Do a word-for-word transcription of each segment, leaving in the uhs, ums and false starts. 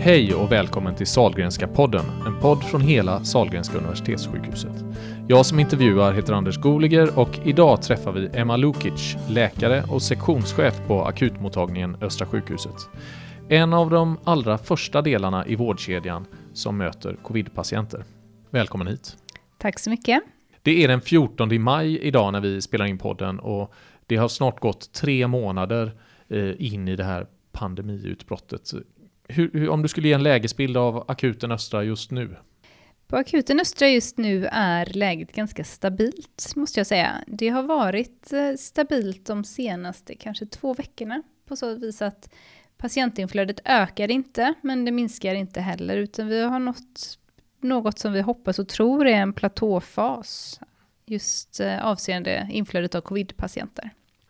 Hej och välkommen till Sahlgrenska podden, en podd från hela Sahlgrenska universitetssjukhuset. Jag som intervjuar heter Anders Goliger och idag träffar vi Emma Lukic, läkare och sektionschef på akutmottagningen Östra sjukhuset. En av de allra första delarna i vårdkedjan som möter covid-patienter. Välkommen hit. Tack så mycket. Det är den fjortonde maj idag när vi spelar in podden och det har snart gått tre månader in i det här pandemiutbrottet. Hur, hur, om du skulle ge en lägesbild av akuten Östra just nu? På akuten Östra just nu är läget ganska stabilt, måste jag säga. Det har varit stabilt de senaste kanske två veckorna på så vis att patientinflödet ökar inte, men det minskar inte heller, utan vi har nått något som vi hoppas och tror är en platåfas just avseende inflödet av covid-patienter.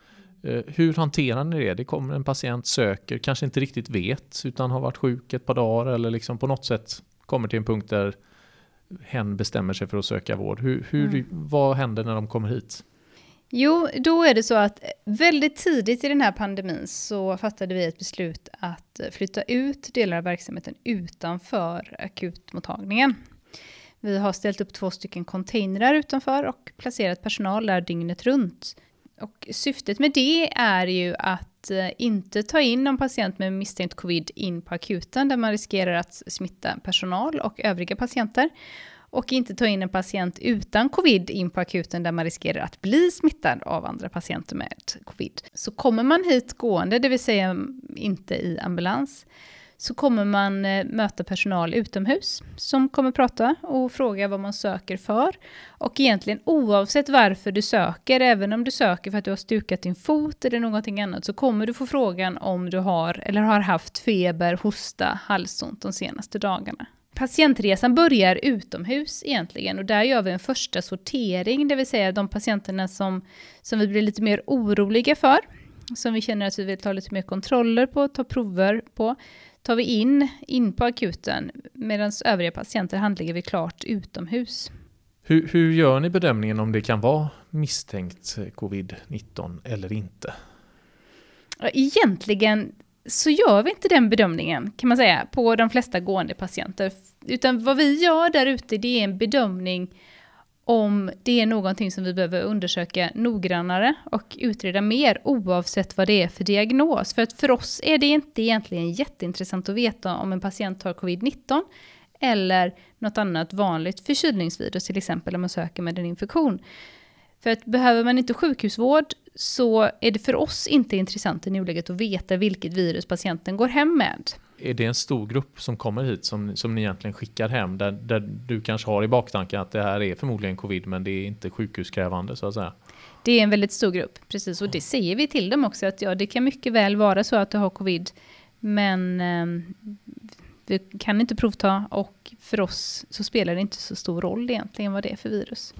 Hur hanterar ni det? Det kommer en patient, söker, kanske inte riktigt vet utan har varit sjuk ett par dagar eller liksom på något sätt kommer till en punkt där hen bestämmer sig för att söka vård. Hur, hur, mm. Vad händer när de kommer hit? Jo, då är det så att väldigt tidigt i den här pandemin så fattade vi ett beslut att flytta ut delar av verksamheten utanför akutmottagningen. Vi har ställt upp två stycken containrar utanför och placerat personal där dygnet runt. Och syftet med det är ju att inte ta in en patient med misstänkt covid in på akuten där man riskerar att smitta personal och övriga patienter. Och inte ta in en patient utan covid in på akuten där man riskerar att bli smittad av andra patienter med covid. Så kommer man hit gående, det vill säga inte i ambulans, så kommer man möta personal utomhus som kommer prata och fråga vad man söker för. Och egentligen oavsett varför du söker, även om du söker för att du har stukat din fot eller någonting annat, så kommer du få frågan om du har eller har haft feber, hosta, halsont de senaste dagarna. Patientresan börjar utomhus egentligen och där gör vi en första sortering, det vill säga de patienterna som, som vi blir lite mer oroliga för, som vi känner att vi vill ta lite mer kontroller på, ta prover på, tar vi in, in på akuten medan övriga patienter handlägger vi klart utomhus. Hur, hur gör ni bedömningen om det kan vara misstänkt covid nitton eller inte? Egentligen så gör vi inte den bedömningen kan man säga på de flesta gående patienter. Utan vad vi gör där ute det är en bedömning om det är någonting som vi behöver undersöka noggrannare och utreda mer oavsett vad det är för diagnos. För att för oss är det inte egentligen jätteintressant att veta om en patient har covid nitton eller något annat vanligt förkylningsvirus, till exempel om man söker med en infektion. För att behöver man inte sjukhusvård så är det för oss inte intressant i nuläget att veta vilket virus patienten går hem med. Är det en stor grupp som kommer hit som, som ni egentligen skickar hem där, där du kanske har i baktanken att det här är förmodligen covid men det är inte sjukhuskrävande så att säga? Det är en väldigt stor grupp, precis, och det säger vi till dem också att ja, det kan mycket väl vara så att du har covid men eh, vi kan inte provta och för oss så spelar det inte så stor roll egentligen vad det är för virus.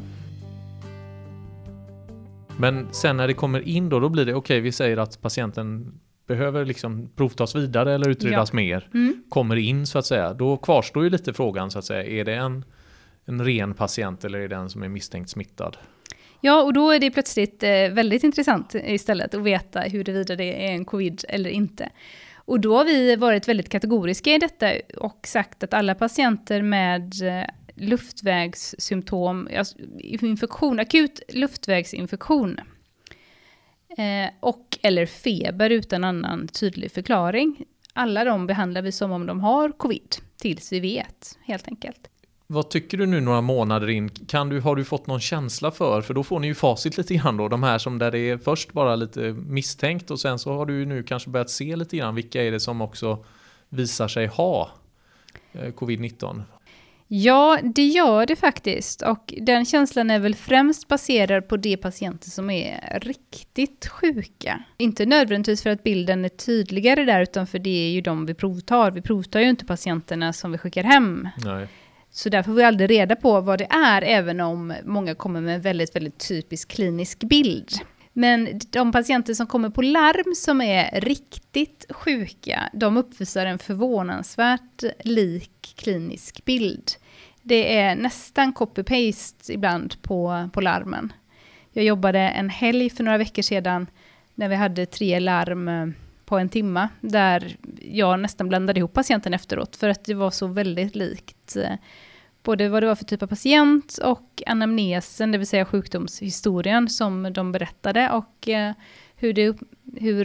Men sen när det kommer in då, då blir det okej, okay, vi säger att patienten behöver liksom provtas vidare eller utredas ja. mer, mm. kommer in så att säga. Då kvarstår ju lite frågan så att säga, är det en, en ren patient eller är det en som är misstänkt smittad? Ja, och då är det plötsligt eh, väldigt intressant istället att veta huruvida det är en covid eller inte. Och då har vi varit väldigt kategoriska i detta och sagt att alla patienter med eh, luftvägssymptom, alltså infektion, akut luftvägsinfektion eh, och eller feber utan annan tydlig förklaring. Alla de behandlar vi som om de har covid tills vi vet helt enkelt. Vad tycker du nu några månader in? Kan du, har du fått någon känsla för? För då får ni ju facit lite grann då. De här som där det är först bara lite misstänkt och sen så har du nu kanske börjat se lite grann. Vilka är det som också visar sig ha eh, covid nitton? Ja, det gör det faktiskt och den känslan är väl främst baserad på de patienter som är riktigt sjuka. Inte nödvändigtvis för att bilden är tydligare där utan för det är ju de vi provtar. Vi provtar ju inte patienterna som vi skickar hem. Nej. Så därför får vi aldrig reda på vad det är även om många kommer med en väldigt, väldigt typisk klinisk bild. Men de patienter som kommer på larm som är riktigt sjuka, de uppvisar en förvånansvärt lik klinisk bild. Det är nästan copy-paste ibland på, på larmen. Jag jobbade en helg för några veckor sedan när vi hade tre larm på en timma där jag nästan blandade ihop patienten efteråt för att det var så väldigt likt både vad det var för typ av patient och anamnesen, det vill säga sjukdomshistorien som de berättade och hur, det, hur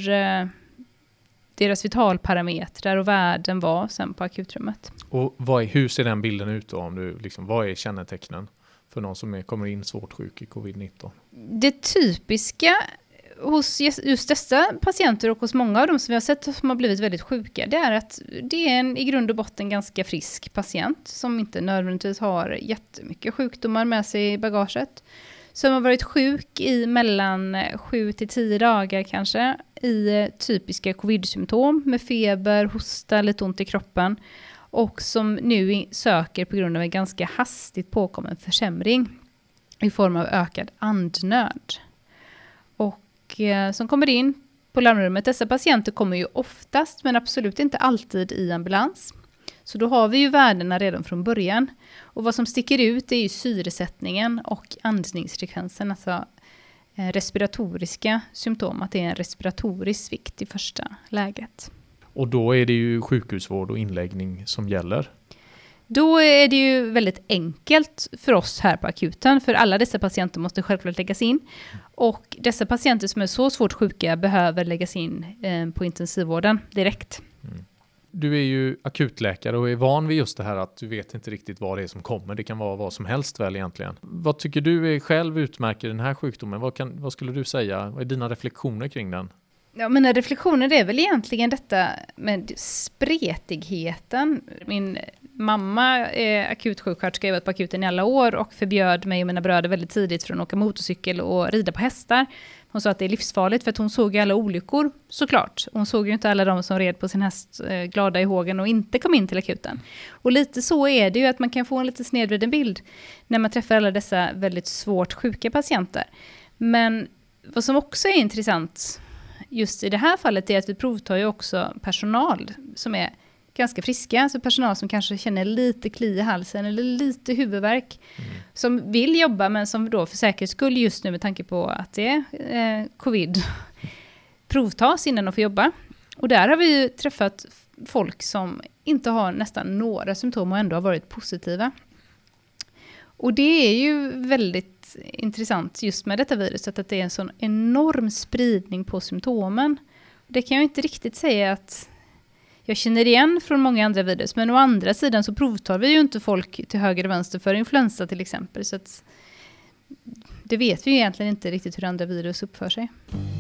deras vitalparametrar och värden var sen på akutrummet. Och vad är, hur ser den bilden ut då? Om du, liksom, vad är kännetecknen för någon som är, kommer in svårt sjuk i covid nitton? Det typiska hos just dessa patienter och hos många av dem som vi har sett som har blivit väldigt sjuka, det är att det är en i grund och botten ganska frisk patient som inte nödvändigtvis har jättemycket sjukdomar med sig i bagaget. Som har varit sjuk i mellan sju till tio dagar kanske i typiska covid-symptom med feber, hosta, lite ont i kroppen och som nu söker på grund av en ganska hastigt påkommen försämring i form av ökad andnöd. Och eh, som kommer in på larmrummet, dessa patienter kommer ju oftast men absolut inte alltid i ambulans. Så då har vi ju värdena redan från början. Och vad som sticker ut är ju syresättningen och andningsfrekvensen, alltså eh, respiratoriska symptom, att det är en respiratorisk svikt i första läget. Och då är det ju sjukhusvård och inläggning som gäller? Då är det ju väldigt enkelt för oss här på akuten, för alla dessa patienter måste självklart läggas in. Och dessa patienter som är så svårt sjuka behöver läggas in eh, på intensivvården direkt. Mm. Du är ju akutläkare och är van vid just det här att du vet inte riktigt vad det är som kommer. Det kan vara vad som helst väl egentligen. Vad tycker du är själv utmärker den här sjukdomen? Vad, kan, vad skulle du säga? Vad är dina reflektioner kring den? Ja, mina reflektioner är väl egentligen detta med spretigheten. Min mamma är akutsjuksköterska, jag har varit på akuten i alla år och förbjöd mig och mina bröder väldigt tidigt från att åka motorcykel och rida på hästar. Hon sa att det är livsfarligt för att hon såg alla olyckor, såklart. Hon såg ju inte alla de som red på sin häst eh, glada i hågen och inte kom in till akuten. Och lite så är det ju att man kan få en lite snedvriden bild när man träffar alla dessa väldigt svårt sjuka patienter. Men vad som också är intressant just i det här fallet är att vi provtar ju också personal som är ganska friska, alltså personal som kanske känner lite kli i halsen eller lite huvudvärk, mm. som vill jobba men som då för säkerhets skull just nu med tanke på att det är eh, covid provtas innan de får jobba. Och där har vi ju träffat folk som inte har nästan några symptom och ändå har varit positiva. Och det är ju väldigt intressant just med detta viruset att det är en sån enorm spridning på symptomen. Det kan jag inte riktigt säga att jag känner igen från många andra virus, men å andra sidan så provtar vi ju inte folk till höger och vänster för influensa till exempel, så att det vet vi ju egentligen inte riktigt hur andra virus uppför sig.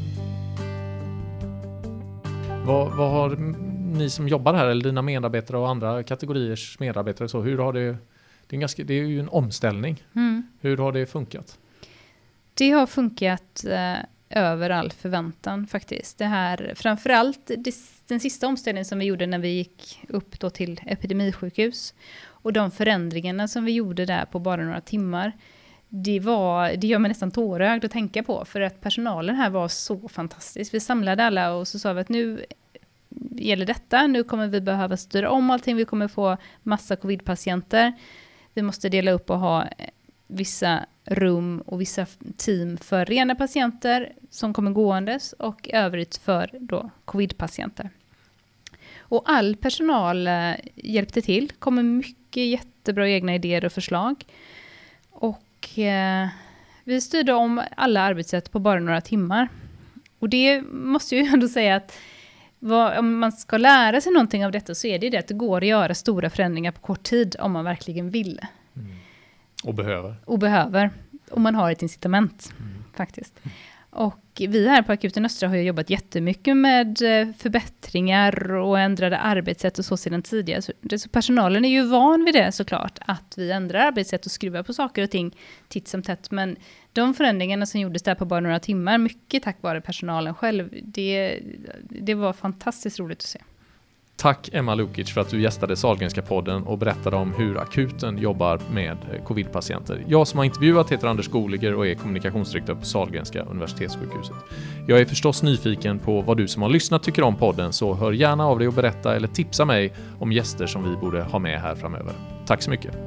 Vad, vad har ni som jobbar här, eller dina medarbetare och andra kategoriers medarbetare, så hur har det, det är, en ganska, det är ju en omställning. Mm. Hur har det funkat? Det har funkat eh, över all förväntan faktiskt. Det här, framförallt det, den sista omställningen som vi gjorde när vi gick upp då till epidemisjukhus och de förändringarna som vi gjorde där på bara några timmar, det, var, det gör mig nästan tårögd att tänka på, för att personalen här var så fantastisk. Vi samlade alla och så sa vi att nu gäller detta, nu kommer vi behöva styra om allting, vi kommer få massa covid-patienter, vi måste dela upp och ha vissa rum och vissa team för rena patienter som kommer gåendes och övrigt för då covid-patienter. Och all personal eh, hjälpte till, kom med mycket jättebra egna idéer och förslag. Och eh, vi styrde om alla arbetssätt på bara några timmar. Och det måste jag ju ändå säga att vad, om man ska lära sig någonting av detta så är det det att det går att göra stora förändringar på kort tid om man verkligen vill. Mm. Och behöver. Och behöver. Och man har ett incitament mm. faktiskt. Och vi här på Akuten Östra har ju jobbat jättemycket med förbättringar och ändrade arbetssätt och så sedan tidigare. Så, det, så personalen är ju van vid det såklart, att vi ändrar arbetssätt och skruvar på saker och ting titt som tätt. Men de förändringarna som gjordes där på bara några timmar, mycket tack vare personalen själv, det, det var fantastiskt roligt att se. Tack Emma Lukic för att du gästade Sahlgrenska podden och berättade om hur akuten jobbar med covid-patienter. Jag som har intervjuat heter Anders Goliger och är kommunikationsdirektör på Sahlgrenska universitetssjukhuset. Jag är förstås nyfiken på vad du som har lyssnat tycker om podden, så hör gärna av dig och berätta eller tipsa mig om gäster som vi borde ha med här framöver. Tack så mycket!